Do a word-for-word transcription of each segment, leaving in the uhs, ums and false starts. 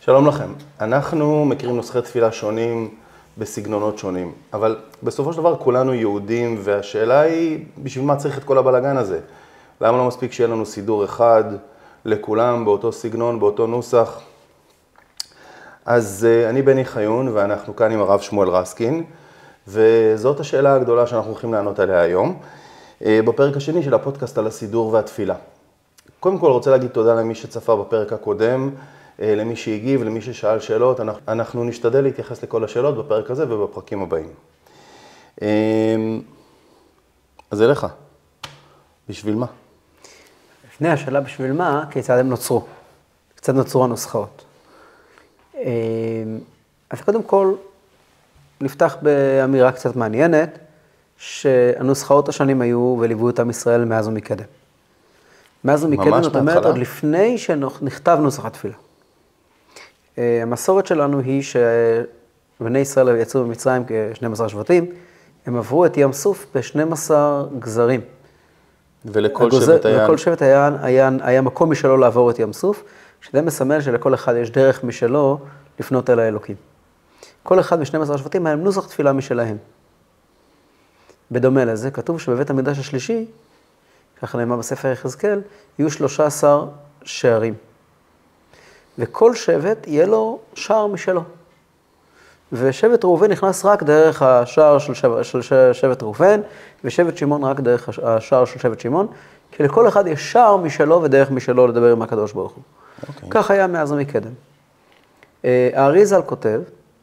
שלום לכם. אנחנו מכירים נוסחי תפילה שונים בסגנונות שונים, אבל בסופו של דבר כולנו יהודים, והשאלה היא, בשביל מה צריך את כל הבלגן הזה? למה לא מספיק שיהיה לנו סידור אחד לכולם באותו סגנון, באותו נוסח? אז אני בני חיון, ואנחנו כאן עם הרב שמואל רסקין, וזאת השאלה הגדולה שאנחנו הולכים לענות עליה היום, בפרק השני של הפודקאסט על הסידור והתפילה. קודם כל רוצה להגיד תודה למי שצפה בפרק הקודם, למי שהגיב, למי ששאל שאלות. אנחנו, אנחנו נשתדל להתייחס לכל השאלות בפרק הזה ובפרקים הבאים. אז אליך, בשביל מה? לפני השאלה בשביל מה, כיצד הם נוצרו? כיצד נוצרו הנוסחאות? אז קודם כל, נפתח באמירה קצת מעניינת, שהנוסחאות השנים היו וליוו אותם ישראל מאז ומקדם. מאז ומקדם, זאת אומרת, עוד לפני שנכתב נוסח התפילה. המסורת שלנו היא שבני ישראל יצאו במצרים כ-שנים עשר שבטים, הם עברו את ים סוף ב-שנים עשר גזרים. ולכל שבט היה... לכל שבט היה, היה, היה מקום משלו לעבור את ים סוף, שזה מסמל שלכל אחד יש דרך משלו לפנות אל האלוקים. כל אחד מ-שנים עשר שבטים היה נוסח תפילה משלהם. בדומה לזה, כתוב שבבית המקדש השלישי, ככה נאמר בספר יחזקאל, יהיו שלושה עשר שערים. וכל שבט יהיה לו שער משלו. ושבט ראובן נכנס רק דרך השער של שבט, של שבט ראובן, ושבט שמעון רק דרך השער של שבט שמעון, כי לכל אחד יש שער משלו ודרך משלו לדבר עם הקדוש ברוך הוא. Okay. כך היה מאז ומקדם. האריז"ל כותב,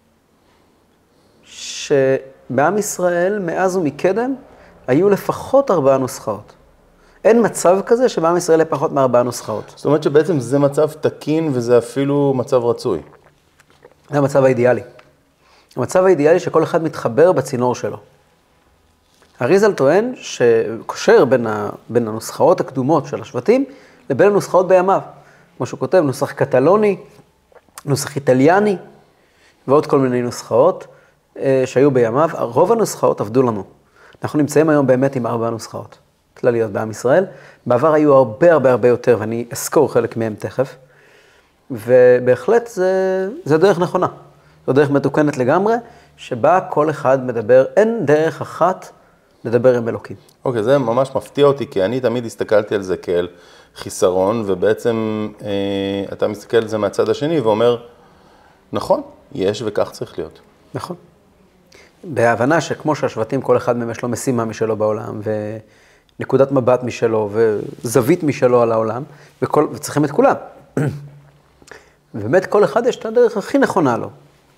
שבעם ישראל מאז ומקדם היו לפחות ארבעה נוסחאות. אין מצב כזה שבעם ישראל יהיה פחות מארבעה נוסחאות. זאת אומרת שבעצם זה מצב תקין וזה אפילו מצב רצוי. זה המצב האידיאלי. המצב האידיאלי שכל אחד מתחבר בצינור שלו. האריז"ל טוען שקושר בין, ה... בין הנוסחאות הקדומות של השבטים לבין הנוסחאות בימיו. כמו שהוא כותב, נוסח קטלוני, נוסח איטליאני ועוד כל מיני נוסחאות שהיו בימיו. רוב הנוסחאות עבדו לנו. אנחנו נמצאים היום באמת עם ארבע נוסחאות כלליות בעם ישראל. בעבר היו הרבה הרבה הרבה יותר, ואני אזכור חלק מהם תכף. ובהחלט זה, זה דרך נכונה. זו דרך מתוקנת לגמרי, שבה כל אחד מדבר, אין דרך אחת לדבר עם אלוקים. אוקיי, זה ממש מפתיע אותי, כי אני תמיד הסתכלתי על זה כאל חיסרון, ובעצם אה, אתה מסתכל על זה מהצד השני ואומר, נכון, יש וכך צריך להיות. נכון. בהבנה שכמו שהשבטים, כל אחד מהם יש לו משימה משלו בעולם, ונקודת מבט משלו, וזווית משלו על העולם, וכל, וצריכים את כולם. ובאמת כל אחד יש את הדרך הכי נכונה לו.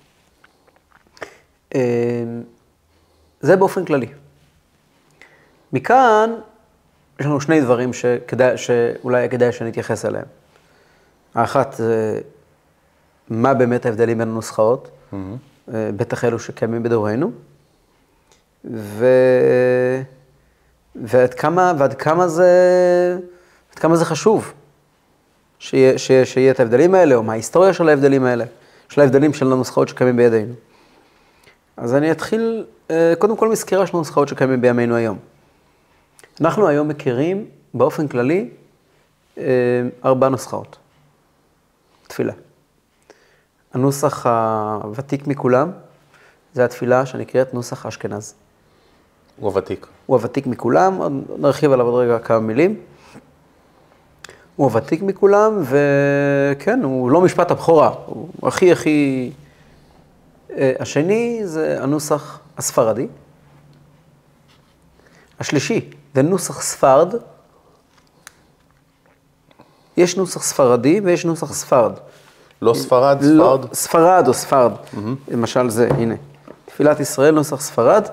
זה באופן כללי. מכאן יש לנו שני דברים שכדאי, שאולי כדאי שנתייחס אליהם. האחת זה מה באמת ההבדלים בין הנוסחאות, mm-hmm. בטח אלו שקיימים בדורנו, ו... ועד כמה, ועד כמה זה, עד כמה זה חשוב שיהיה, שיהיה, שיהיה את ההבדלים האלה, או מה ההיסטוריה של ההבדלים האלה, של ההבדלים של הנוסחאות שקיימים בידינו. אז אני אתחיל קודם כל מסקירה של הנוסחאות שקיימים בימינו היום. אנחנו היום מכירים באופן כללי ארבע נוסחאות. תפילה. הנוסח הוותיק מכולם זה התפילה שנקראת נוסח אשכנז. הוא הוותיק. הוא הוותיק מכולם, נרחיב עליו עוד רגע כמה מילים. הוא הוותיק מכולם, וכן, הוא לא משפט הבכורה, הוא הכי הכי... השני זה הנוסח הספרדי. השלישי זה נוסח ספרד. יש נוסח ספרדי ויש נוסח ספרד. לא ספרד, ספרד? לא, ספרד או ספרד. Mm-hmm. למשל זה, הנה. תפילת ישראל, נוסח ספרד.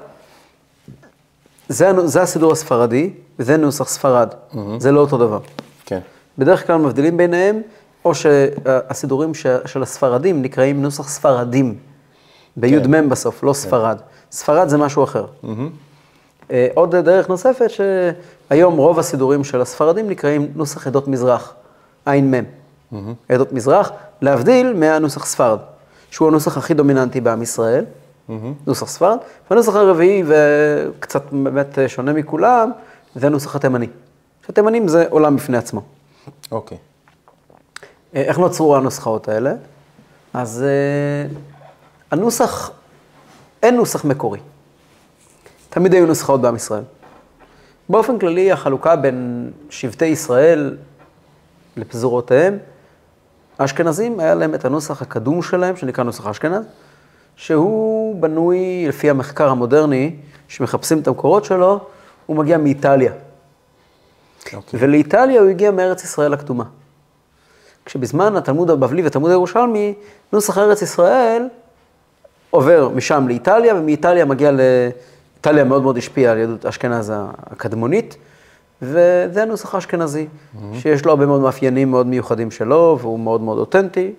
זה, זה הסידור הספרדי, וזה נוסח ספרד. Mm-hmm. זה לא אותו דבר. כן. בדרך כלל מבדילים ביניהם, או שהסידורים של הספרדים נקראים נוסח ספרדים. ביוד כן. מם בסוף, לא ספרד. כן. ספרד זה משהו אחר. Mm-hmm. עוד דרך נוספת, שהיום רוב הסידורים של הספרדים נקראים נוסח עדות מזרח, עין מם. Mm-hmm. עדות מזרח, להבדיל מהנוסח ספרד, שהוא הנוסח הכי דומיננטי בעם ישראל, mm-hmm. נוסח ספרד, והנוסח הרביעי וקצת באמת שונה מכולם, זה הנוסח התימני. התימנים זה עולם בפני עצמו. אוקיי. איך נוצרו הנוסחאות האלה? אז uh, הנוסח, אין נוסח מקורי. תמיד היו נוסחאות בעם ישראל. באופן כללי, החלוקה בין שבטי ישראל לפזורותיהם, האשכנזים היה להם את הנוסח הקדום שלהם, שנקרא נוסח אשכנז, שהוא בנוי לפי המחקר המודרני, שמחפשים את המקורות שלו, הוא מגיע מאיטליה. Okay. ולאיטליה הוא הגיע מארץ ישראל הקדומה. כשבזמן התלמוד הבבלי והתלמוד הירושלמי, נוסח ארץ ישראל עובר משם לאיטליה, ומאיטליה מגיע לאיטליה מאוד מאוד השפיעה על יהדות אשכנז הקדמונית, וזה הנוסח האשכנזי, mm-hmm. שיש לו הרבה מאוד מאפיינים מאוד מיוחדים שלו, והוא מאוד מאוד אותנטי.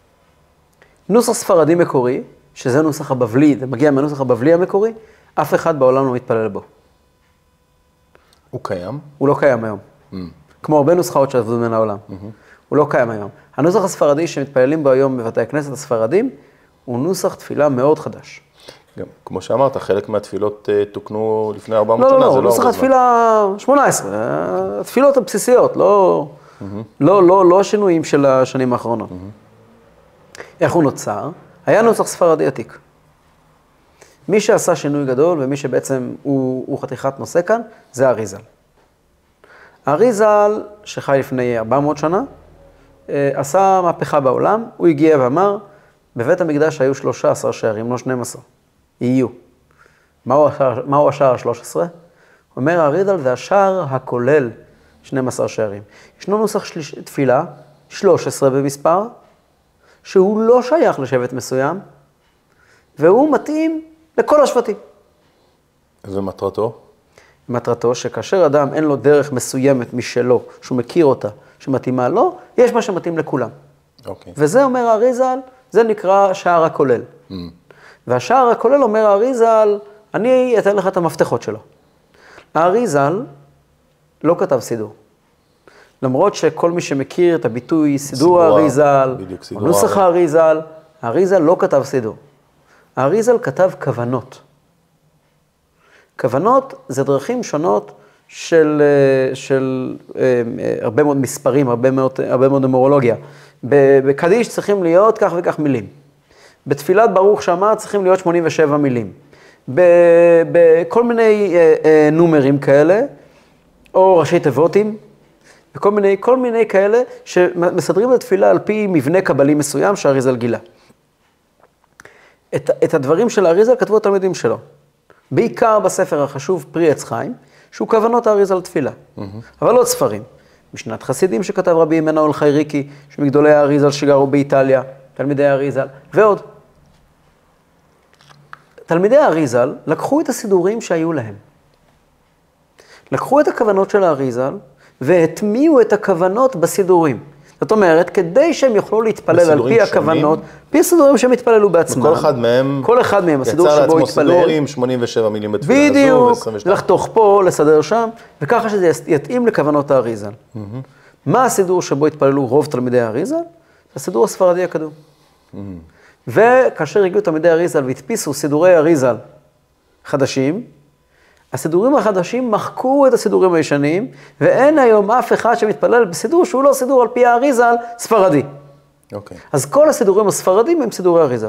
נוסח ספרדי מקורי, שזה נוסח הבבלי, זה מגיע מהנוסח הבבלי המקורי, אף אחד בעולם לא מתפלל בו. הוא קיים? הוא לא קיים היום. Mm. כמו הרבה נוסחאות שעבדו מן העולם. Mm-hmm. הוא לא קיים היום. הנוסח הספרדי שמתפללים בו היום בבתי הכנסת הספרדים, הוא נוסח תפילה מאוד חדש. גם, כמו שאמרת, חלק מהתפילות uh, תוקנו לפני ארבע מאות לא, שנה, לא, זה לא, לא נוסח התפילה שמונה עשרה, התפילות הבסיסיות, לא, mm-hmm. לא, לא, לא השינויים של השנים האחרונות. Mm-hmm. איך הוא נוצר? היה נוסח ספרדי עתיק. מי שעשה שינוי גדול, ומי שבעצם הוא, הוא חתיכת נושא כאן, זה אריזל. אריזל, שחי לפני ארבע מאות שנה, עשה מהפכה בעולם, הוא הגיע ואמר, בבית המקדש היו שלושה עשר שערים, לא שנים עשר. יהיו. מהו השער, מהו השער ה-שלוש עשרה? הוא אומר, אריזל זה השער הכולל שנים עשר שערים. ישנו נוסח שליש, תפילה, שלוש עשרה במספר, שהוא לא שייך לשבט מסוים, והוא מתאים לכל השבטים. ומטרתו? מטרתו שכאשר אדם אין לו דרך מסוימת משלו, שהוא מכיר אותה, שמתאימה לו, יש מה שמתאים לכולם. אוקיי. וזה אומר האריזל, זה נקרא שער הכולל. Mm. והשער הכולל אומר האריזל, אני אתן לך את המפתחות שלו. האריזל לא כתב סידור. למרות שכל מי שמכיר את הביטוי סידור האריזל, או נוסח האריזל, האריזל לא כתב סידור. האריזל כתב כוונות. כוונות זה דרכים שונות של, של הרבה מאוד מספרים, הרבה מאוד, הרבה מאוד נומרולוגיה. בקדיש צריכים להיות כך וכך מילים. בתפילת ברוך שמה צריכים להיות שמונים ושבע מילים. בכל מיני נומרים כאלה, או ראשי תיבותים, וכל מיני, כל מיני כאלה שמסדרים את התפילה על פי מבנה קבלי מסוים שהאריזל גילה. את, את הדברים של האריזל כתבו התלמידים שלו. בעיקר בספר החשוב פרי עץ חיים, שהוא כוונות האריזל תפילה. Mm-hmm. אבל עוד ספרים. משנת חסידים שכתב רבי עמנואל חייריקי, שמגדולי האריזל שגרו באיטליה, תלמידי האריזל, ועוד. תלמידי האריזל לקחו את הסידורים שהיו להם. לקחו את הכוונות של האריזל, והטמיעו את הכוונות בסידורים. זאת אומרת, כדי שהם יוכלו להתפלל על פי הכוונות, פי הסידורים שהם התפללו בעצמם. וכל אחד מהם, כל אחד מהם, הסידור שבו יצא לעצמו התפלל. סידורים, שמונים ושבע מילים בתפילה הזו, בדיוק, ו-עשרים ושתיים. לחתוך פה, לסדר שם, וככה שזה יתאים לכוונות האריזל. Mm-hmm. מה הסידור שבו התפללו רוב תלמידי האריזל? זה הסידור הספרדי הקדום. Mm-hmm. וכאשר הגיעו תלמידי האריזל והדפיסו סידורי האריזל חדשים, הסידורים החדשים מחקו את הסידורים הישנים, ואין היום אף אחד שמתפלל בסידור שהוא לא סידור על פי האריזל ספרדי. אוקיי. אז כל הסידורים הספרדים הם סידורי האריזל.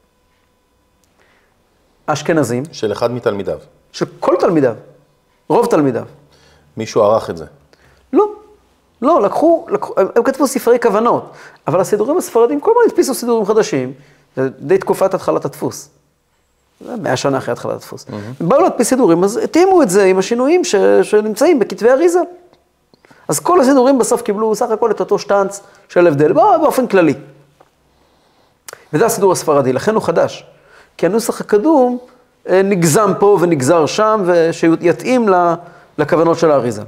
אשכנזים. של אחד מתלמידיו. של כל תלמידיו. רוב תלמידיו. מישהו ערך את זה? לא. לא, לקחו, לקחו הם, הם כתבו ספרי כוונות, אבל הסידורים הספרדים כל הזמן הדפיסו סידורים חדשים. זה די תקופת התחלת הדפוס. זה מאה שנה אחרי התחלת הדפוס. Mm-hmm. באו להדפיס סידורים, אז התאימו את זה עם השינויים ש... שנמצאים בכתבי אריזל. אז כל הסידורים בסוף קיבלו סך הכל את אותו שטנץ של הבדל, באופן כללי. וזה הסידור הספרדי, לכן הוא חדש. כי הנוסח הקדום נגזם פה ונגזר שם, ושיתאים לכוונות של האריזל.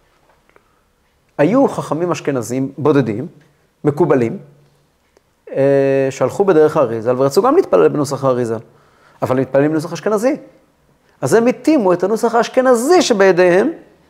היו חכמים אשכנזים בודדים, מקובלים, שהלכו בדרך האריזל, ורצו גם להתפלל בנוסח האריזל. אבל הם מתפללים בנוסח אשכנזי. אז הם התאימו את הנוסח האשכנזי שבידיהם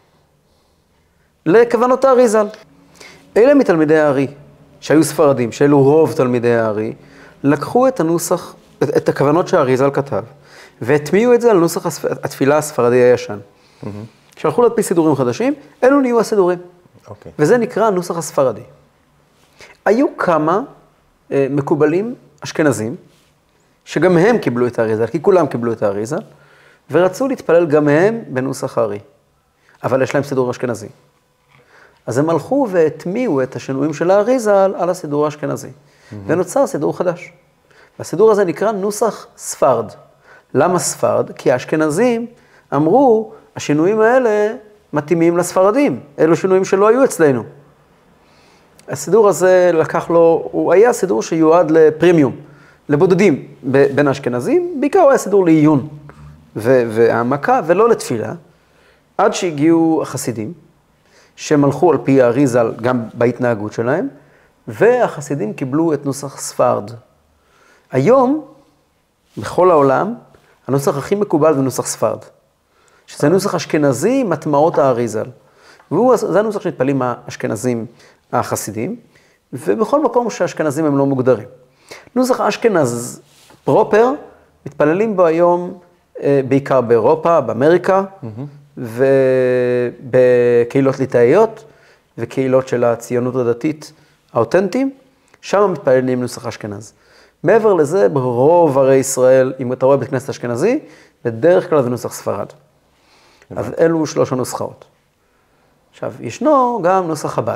לכוונות האריזל. אלה מתלמידי הארי, שהיו ספרדים, שאלו רוב תלמידי הארי, לקחו את הנוסח, את, את הכוונות שהאריזל כתב, והטמיעו את זה על נוסח הספ... התפילה הספרדי הישן. Mm-hmm. שהלכו להדפיס סידורים חדשים, אלו נהיו הסידורים. Okay. וזה נקרא הנוסח הספרדי. היו כמה אה, מקובלים אשכנזים, שגם הם קיבלו את האריזל, כי כולם קיבלו את האריזל, ורצו להתפלל גם הם בנוסח הארי. אבל יש להם סידור אשכנזי. אז הם הלכו והטמיעו את השינויים של האריזל על הסידור האשכנזי. Mm-hmm. ונוצר סידור חדש. והסידור הזה נקרא נוסח ספרד. למה ספרד? כי האשכנזים אמרו, השינויים האלה מתאימים לספרדים. אלו שינויים שלא היו אצלנו. הסידור הזה לקח לו, הוא היה סידור שיועד לפרימיום, לבודדים בין האשכנזים, בעיקר הוא היה סידור לעיון והעמקה ולא לתפילה, עד שהגיעו החסידים, שהם הלכו על פי האריזל גם בהתנהגות שלהם, והחסידים קיבלו את נוסח ספרד. היום, בכל העולם, הנוסח הכי מקובל זה נוסח ספרד, שזה נוסח אשכנזי עם הטמעות האריזל. וזה הנוסח שמתפעלים האשכנזים החסידים, ובכל מקום שהאשכנזים הם לא מוגדרים. נוסח אשכנז פרופר, מתפללים בו היום בעיקר באירופה, באמריקה, mm-hmm. ובקהילות ליטאיות, וקהילות של הציונות הדתית האותנטיים, שם מתפללים נוסח אשכנז. מעבר לזה, ברוב ערי ישראל, אם אתה רואה בית כנסת אשכנזי, בדרך כלל זה נוסח ספרד. Mm-hmm. אז אלו שלוש הנוסחאות. עכשיו, ישנו גם נוסח חב"ד,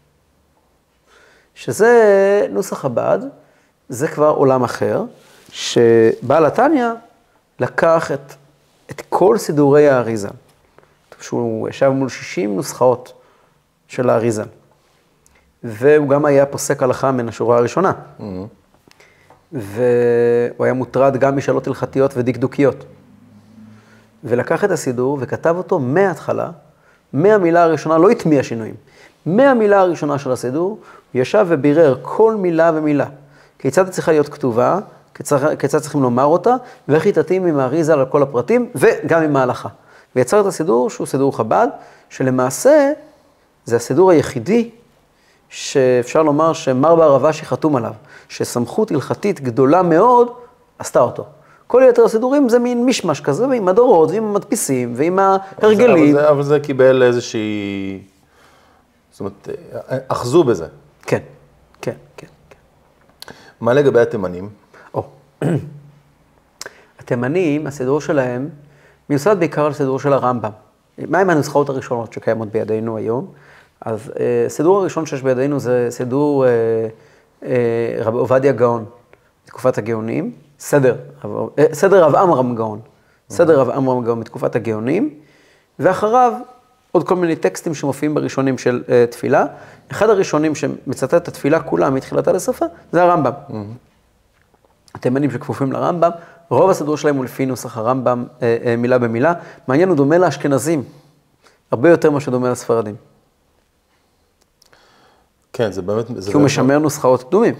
שזה נוסח חב"ד, זה כבר עולם אחר, שבעל התניא לקח את, את כל סידורי האריזל, שהוא ישב מול שישים נוסחאות של האריזל, והוא גם היה פוסק הלכה מן השורה הראשונה, mm-hmm. והוא היה מוטרד גם משאלות הלכתיות ודקדוקיות, ולקח את הסידור וכתב אותו מההתחלה, מהמילה הראשונה, לא הטמיע שינויים, מהמילה הראשונה של הסידור, הוא ישב ובירר כל מילה ומילה, כיצד היא צריכה להיות כתובה, כיצד, כיצד צריכים לומר אותה, ואיך היא תתאים עם האריזל על כל הפרטים, וגם עם ההלכה. ויצר את הסידור שהוא סידור חב"ד, שלמעשה זה הסידור היחידי, שאפשר לומר שמר בר רבשי חתום עליו, שסמכות הלכתית גדולה מאוד, עשתה אותו. כל יתר הסידורים זה מין משמש כזה, ועם הדורות, ועם המדפיסים, ועם ההרגלים. אבל זה, אבל זה קיבל איזושהי, זאת אומרת, אחזו בזה. כן, כן, כן. מה לגבי התימנים? או, התימנים, הסידור שלהם, מיוסד בעיקר על סידור של הרמב"ם. מהם הנוסחאות הראשונות שקיימות בידינו היום? אז הסידור הראשון שיש בידינו זה סידור רבי עובדיה גאון, בתקופת הגאונים, סדר, סדר רב עמרם גאון, סדר רב עמרם גאון בתקופת הגאונים, ואחריו עוד כל מיני טקסטים שמופיעים בראשונים של תפילה. אחד הראשונים שמצטט את התפילה כולה מתחילתה לסופה, זה הרמב"ם. התימנים שכפופים לרמב"ם, רוב הסידור שלהם הוא לפי נוסח הרמב"ם מילה במילה. מעניין, הוא דומה לאשכנזים, הרבה יותר מה שדומה לספרדים. כן, זה באמת... כי הוא משמר נוסחאות קדומים.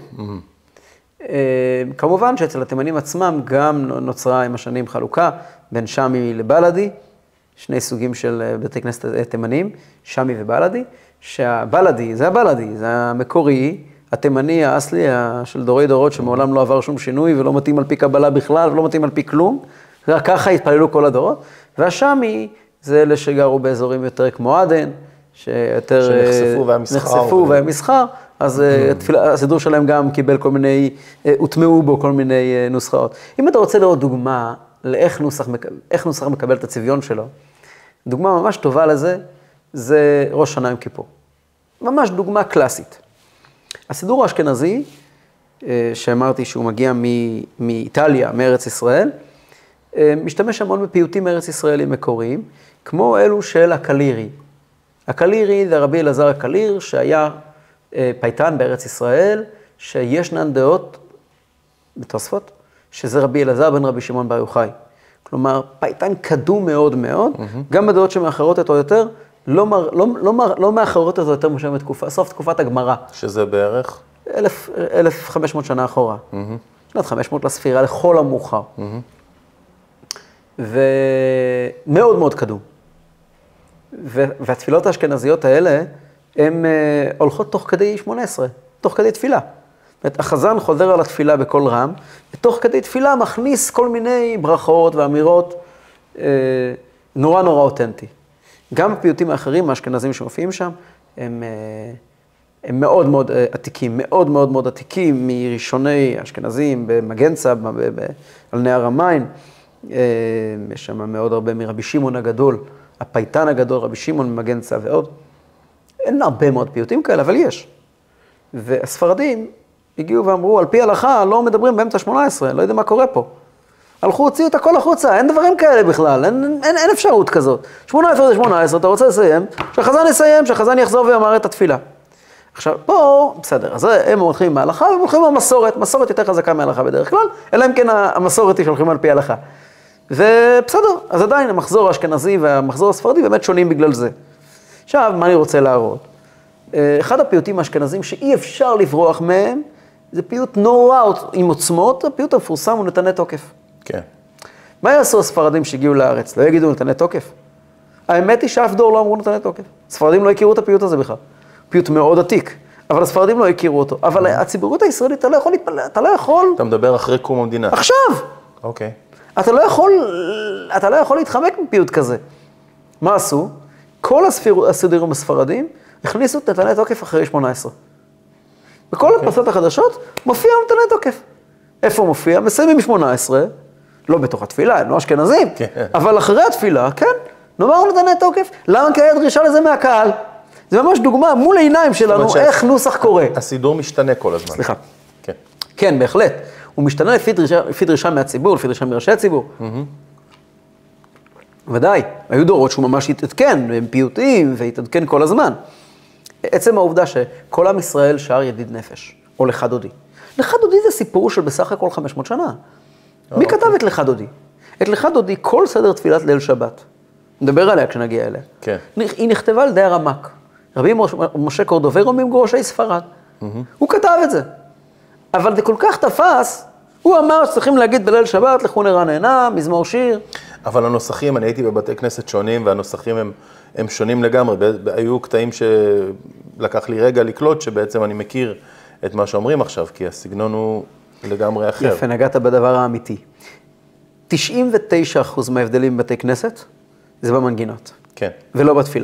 כמובן שאצל התימנים עצמם גם נוצרה עם השנים חלוקה בין שמי לבלדי, שני סוגים של בתי כנסת תימנים, שמי ובלדי, שהבלדי, זה הבלדי, זה המקורי, התימני, האסלי, של דורי דורות, שמעולם לא עבר שום שינוי, ולא מתאים על פי קבלה בכלל, ולא מתאים על פי כלום, רק ככה התפללו כל הדורות, והשמי, זה אלה שגרו באזורים יותר כמו עדן, שיותר... שנחשפו והמסחר. נחשפו והמסחר, אז הסידור שלהם גם קיבל כל מיני, הוטמעו בו כל מיני נוסחאות. אם אתה רוצה לראות דוגמה לאיך נוסח, איך נוסח מקבל את הצביון שלו, דוגמה ממש טובה לזה, זה ראש שנה עם כיפור. ממש דוגמה קלאסית. הסידור האשכנזי, שאמרתי שהוא מגיע מאיטליה, מארץ ישראל, משתמש המון בפיוטים מארץ ישראלים מקוריים, כמו אלו של הקלירי. הקלירי זה רבי אלעזר הקליר, שהיה פייטן בארץ ישראל, שישנן דעות בתוספות, שזה רבי אלעזר בן רבי שמעון בר יוחאי. כלומר, פייטן קדום מאוד מאוד, mm-hmm. גם בדעות שמאחרות אותו יותר, לא, לא, לא, לא מאחרות אותו יותר משם בתקופה, סוף תקופת הגמרא. שזה בערך? אלף, אלף חמש מאות שנה אחורה. Mm-hmm. שנת חמש מאות לספירה, לכל המאוחר. Mm-hmm. ומאוד מאוד קדום. ו- והתפילות האשכנזיות האלה, הן uh, הולכות תוך כדי שמונה עשרה, תוך כדי תפילה. זאת אומרת, החזן חוזר על התפילה בכל רם, ותוך כדי תפילה מכניס כל מיני ברכות ואמירות uh, נורא נורא אותנטי. גם הפיוטים האחרים, האשכנזים שמופיעים שם, הם, uh, הם מאוד מאוד עתיקים, מאוד מאוד מאוד עתיקים, מראשוני אשכנזים במגנצה, על נהר המים. יש שם מאוד הרבה מרבי שמעון הגדול, הפייטן הגדול, רבי שמעון ממגנצה ועוד. אין הרבה מאוד פיוטים כאלה, אבל יש. והספרדים הגיעו ואמרו, על פי הלכה לא מדברים באמצע שמונה עשרה, לא יודע מה קורה פה. הלכו, הוציאו את הכל החוצה, אין דברים כאלה בכלל, אין, אין, אין אפשרות כזאת. שמונה עשרה זה שמונה עשרה, אתה רוצה לסיים, שהחזן יסיים, שהחזן יחזור ויאמר את התפילה. עכשיו, פה, בסדר, אז הם הולכים מההלכה, והם הולכים מהמסורת, מסורת יותר חזקה מההלכה בדרך כלל, אלא אם כן המסורת היא שהולכים על פי ההלכה. ובסדר, אז עדיין המחזור האשכנזי והמחזור הספרדי באמת שונים בגלל זה. עכשיו, מה אני רוצה להראות? אחד הפיוטים האשכנזים שאי אפשר לברוח מהם, זה פיוט נורא עם עוצמות, הפיוט המפורסם הוא נתני תוקף. כן. מה יעשו הספרדים שהגיעו לארץ? לא יגידו נתני תוקף. האמת היא שאף דור לא אמרו נתני תוקף. הספרדים לא הכירו את הפיוט הזה בכלל. פיוט מאוד עתיק, אבל הספרדים לא הכירו אותו. אבל הציבוריות הישראלית, אתה לא יכול להתפלל, אתה לא יכול... אתה מדבר אחרי קום המדינה. עכשיו! אוקיי. אתה לא יכול, אתה לא יכול להתחמק מפיוט כזה. מה עשו? כל הסדירים הספרדים הכניסו את נתני תוקף אחרי שמונה עשרה. בכל הדפסות החדשות מופיע נתני תוקף. איפה מופיע? מסיימים מ-שמונה עשרה, לא בתוך התפילה, הם לא אשכנזים, אבל אחרי התפילה, כן, נאמר נתני תוקף. למה כי היה דרישה לזה מהקהל? זה ממש דוגמה מול העיניים שלנו, איך נוסח קורה. הסידור משתנה כל הזמן. סליחה. כן. כן, בהחלט. הוא משתנה לפי דרישה, לפי דרישה מהציבור, לפי דרישה מראשי הציבור. ודאי, היו דורות שהוא ממש התעדכן, הם פיוטים והתעדכן כל הזמן. עצם העובדה שכל עם ישראל שר ידיד נפש, או לך דודי. לך דודי זה סיפור של בסך הכל חמש מאות שנה. מי כתב את לך דודי? את לך דודי כל סדר תפילת ליל שבת. נדבר עליה כשנגיע אליה. כן. היא נכתבה על ידי הרמ"ק. רבי משה קורדוברו ממגורשי ספרד. הוא כתב את זה. אבל זה כל כך תפס, הוא אמר שצריכים להגיד בליל שבת, לכו נרננה, מזמור שיר. אבל הנוסחים, אני הייתי בבתי כנסת שונים, והנוסחים הם, הם שונים לגמרי. היו קטעים שלקח לי רגע לקלוט, שבעצם אני מכיר את מה שאומרים עכשיו, כי הסגנון הוא לגמרי אחר. יפה, נגעת בדבר האמיתי. תשעים ותשעה אחוז מההבדלים בבתי כנסת, זה במנגינות. כן. ולא בתפילה.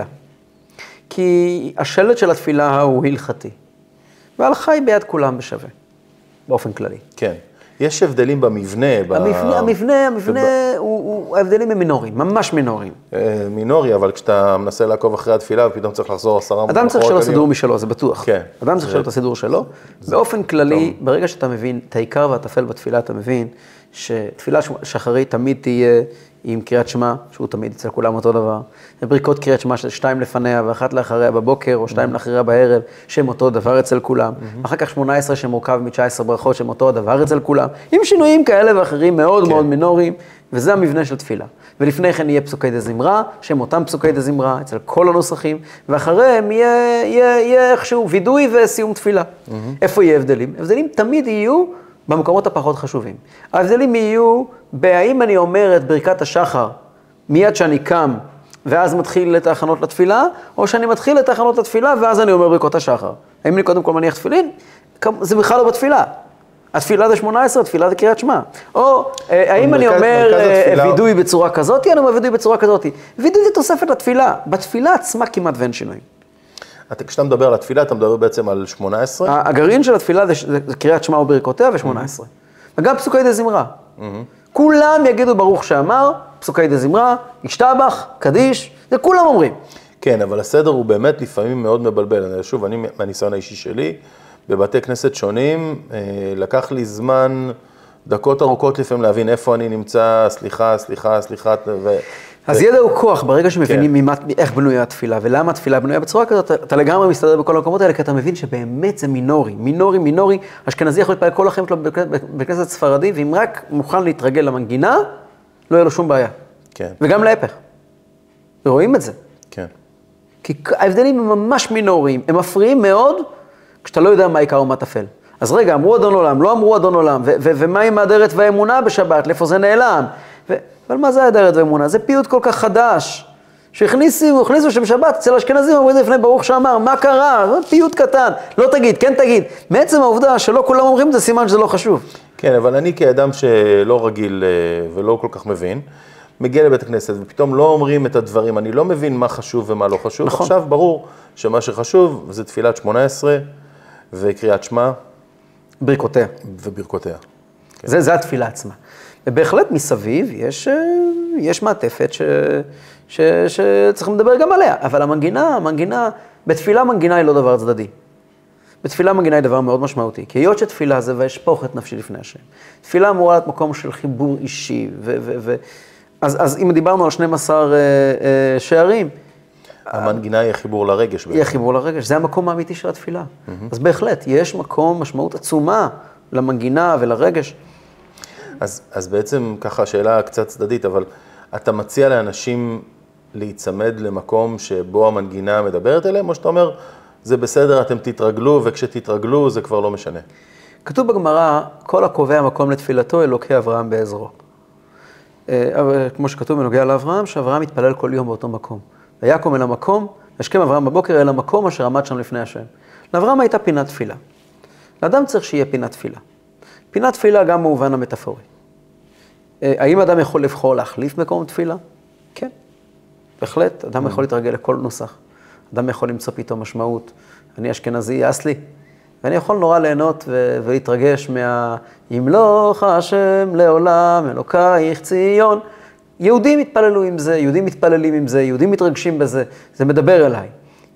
כי השלט של התפילה הוא הלכתי. וההלכה היא ביד כולם בשווה, באופן כללי. כן. יש הבדלים במבנה. המבנה, המבנה, המבנה, ההבדלים הם מינוריים, ממש מינוריים. מינורי, אבל כשאתה מנסה לעקוב אחרי התפילה, ופתאום צריך לחזור עשרה מאחורות. אדם צריך שיהיה לו סידור משלו, זה בטוח. כן. אדם צריך שיהיה לו את הסידור שלו. באופן כללי, ברגע שאתה מבין את העיקר והטפל בתפילה, אתה מבין שתפילה שחרית תמיד תהיה עם קריאת שמע, שהוא תמיד אצל כולם אותו דבר. ברכות קריאת שמע של שתיים לפניה ואחת לאחריה בבוקר, או שתיים לאחריה בערב, שהם אותו דבר אצל כולם. אחר כך שמונה עשרה שמורכב מ-תשע עשרה ברכות, שהם אותו הדבר אצל כולם. עם שינויים כאלה ואחרים מאוד מאוד מינוריים, וזה המבנה של תפילה. ולפני כן יהיה פסוקי דה זמרה, שהם אותם פסוקי דה זמרה, אצל כל הנוסחים, ואחריהם יהיה, יהיה, יהיה איכשהו וידוי וסיום תפילה. איפה יהיה הבדלים? הבדלים תמיד יהיו במקומות הפחות חשובים. ההבדלים יהיו, בהאם אני אומר את ברכת השחר, מיד שאני קם, ואז מתחיל את ההכנות לתפילה, או שאני מתחיל את ההכנות לתפילה, ואז אני אומר ברכות השחר. האם אני קודם כל מניח תפילין? זה בכלל לא בתפילה. התפילה זה שמונה עשרה, התפילה זה קריאת שמע. או האם אני אומר וידוי בצורה כזאת, אני אומר וידוי בצורה כזאת. וידוי זה תוספת לתפילה. בתפילה עצמה כמעט ואין שינויים. כשאתה מדבר על התפילה, אתה מדבר בעצם על שמונה עשרה? הגרעין של התפילה זה קריאת שמע וברכותיה ו-שמונה עשרה. וגם פסוקי דה זמרה. כולם יגידו ברוך שאמר, פסוקי דה זמרה, ישתבח, קדיש, זה כולם אומרים. כן, אבל הסדר הוא באמת לפעמים מאוד מבלבל. שוב, אני, מהניסיון האישי שלי, בבתי כנסת שונים, לקח לי זמן, דקות ארוכות לפעמים להבין איפה אני נמצא, סליחה, סליחה, סליחה. ו... אז ידע הוא כוח, ברגע שמבינים ממה, איך בנויה התפילה, ולמה התפילה בנויה בצורה כזאת, אתה לגמרי מסתדר בכל המקומות האלה, כי אתה מבין שבאמת זה מינורי, מינורי, מינורי, אשכנזי יכול להתפלל כל החיים שלו בכנסת ספרדי, ואם רק מוכן להתרגל למנגינה, לא יהיה לו שום בעיה. כן. וגם להפך. ורואים את זה. כן. כי ההבדלים הם ממש מינוריים, הם מפריעים מאוד, כשאתה לא יודע מה העיקר ומה תפל. אז רגע, אמרו אדון עולם, לא אמרו אדון עולם, ומה עם האדרת והאמונה בשבת, לאיפה זה נעלם? אבל מה זה האדרת והאמונה? זה פיוט כל כך חדש, שהכניסו, הכניסו שם שבת, אצל אשכנזים, אמרו את זה לפני ברוך שאמר, מה קרה? זה פיוט קטן, לא תגיד, כן תגיד. מעצם העובדה שלא כולם אומרים את זה, סימן שזה לא חשוב. כן, אבל אני כאדם שלא רגיל ולא כל כך מבין, מגיע לבית הכנסת ופתאום לא אומרים את הדברים, אני לא מבין מה חשוב ומה לא חשוב. נכון. עכשיו ברור שמה שחשוב זה תפילת שמונה עשרה וקריאת שמע. ברכותיה. וברכותיה. כן. זה, זה התפילה עצמה. ובהחלט מסביב יש, יש מעטפת ש, ש, שצריכים לדבר גם עליה, אבל המנגינה, המנגינה, בתפילה מנגינה היא לא דבר צדדי. בתפילה מנגינה היא דבר מאוד משמעותי, כי היות שתפילה זה וישפוך את נפשי לפני השם. תפילה אמורה להיות מקום של חיבור אישי, ו, ו, ו, אז, אז אם דיברנו על שנים עשר שערים, המנגינה היא חיבור לרגש. היא חיבור לרגש, זה המקום האמיתי של התפילה. Mm-hmm. אז בהחלט, יש מקום, משמעות עצומה למנגינה ולרגש. אז, אז בעצם ככה שאלה קצת צדדית, אבל אתה מציע לאנשים להיצמד למקום שבו המנגינה מדברת אליהם, או שאתה אומר, זה בסדר, אתם תתרגלו, וכשתתרגלו זה כבר לא משנה? כתוב בגמרא, כל הקובע מקום לתפילתו, אלוקי אברהם בעזרו. כמו שכתוב בנוגע לאברהם, שאברהם מתפלל כל יום באותו מקום. ויקום אל המקום, השכם אברהם בבוקר אל המקום אשר עמד שם לפני השם. לאברהם הייתה פינת תפילה. לאדם צריך שיהיה פינת תפילה. פינת תפילה גם במובן המטאפורי. האם אדם יכול לבחור להחליף מקום תפילה? כן. בהחלט, אדם יכול להתרגל לכל נוסח. אדם יכול למצוא פתאום משמעות. אני אשכנזי, יעש לי. ואני יכול נורא ליהנות ו- ולהתרגש מה... ימלוך השם לעולם, אלוקייך ציון. יהודים מתפללו עם זה, יהודים מתפללים עם זה, יהודים מתרגשים בזה. זה מדבר אליי.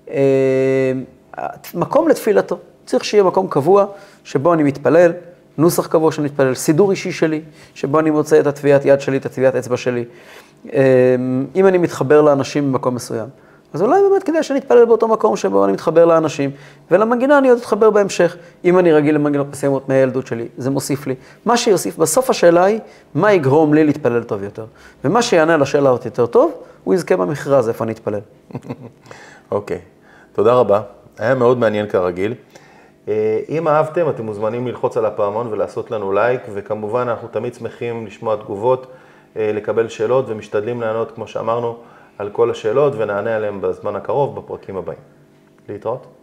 מקום לתפילתו. צריך שיהיה מקום קבוע שבו אני מתפלל, נוסח קבוע שאני מתפלל, סידור אישי שלי, שבו אני מוצא את הטביעת יד שלי, את הטביעת אצבע שלי. אם אני מתחבר לאנשים במקום מסוים, אז אולי באמת כדאי שאני אתפלל באותו מקום שבו אני מתחבר לאנשים, ולמנגינה אני עוד אתחבר בהמשך. אם אני רגיל למנגינות מסוימות מהילדות שלי, זה מוסיף לי. מה שיוסיף, בסוף השאלה היא, מה יגרום לי להתפלל טוב יותר? ומה שיענה לשאלה עוד יותר טוב, הוא יזכה במכרז איפה אני אתפלל. אוקיי, תודה רבה. היה מאוד מעניין כרגיל. אם אהבתם, אתם מוזמנים ללחוץ על הפעמון ולעשות לנו לייק, וכמובן אנחנו תמיד שמחים לשמוע תגובות, לקבל שאלות ומשתדלים לענות, כמו שאמרנו, על כל השאלות ונענה עליהם בזמן הקרוב בפרקים הבאים. להתראות.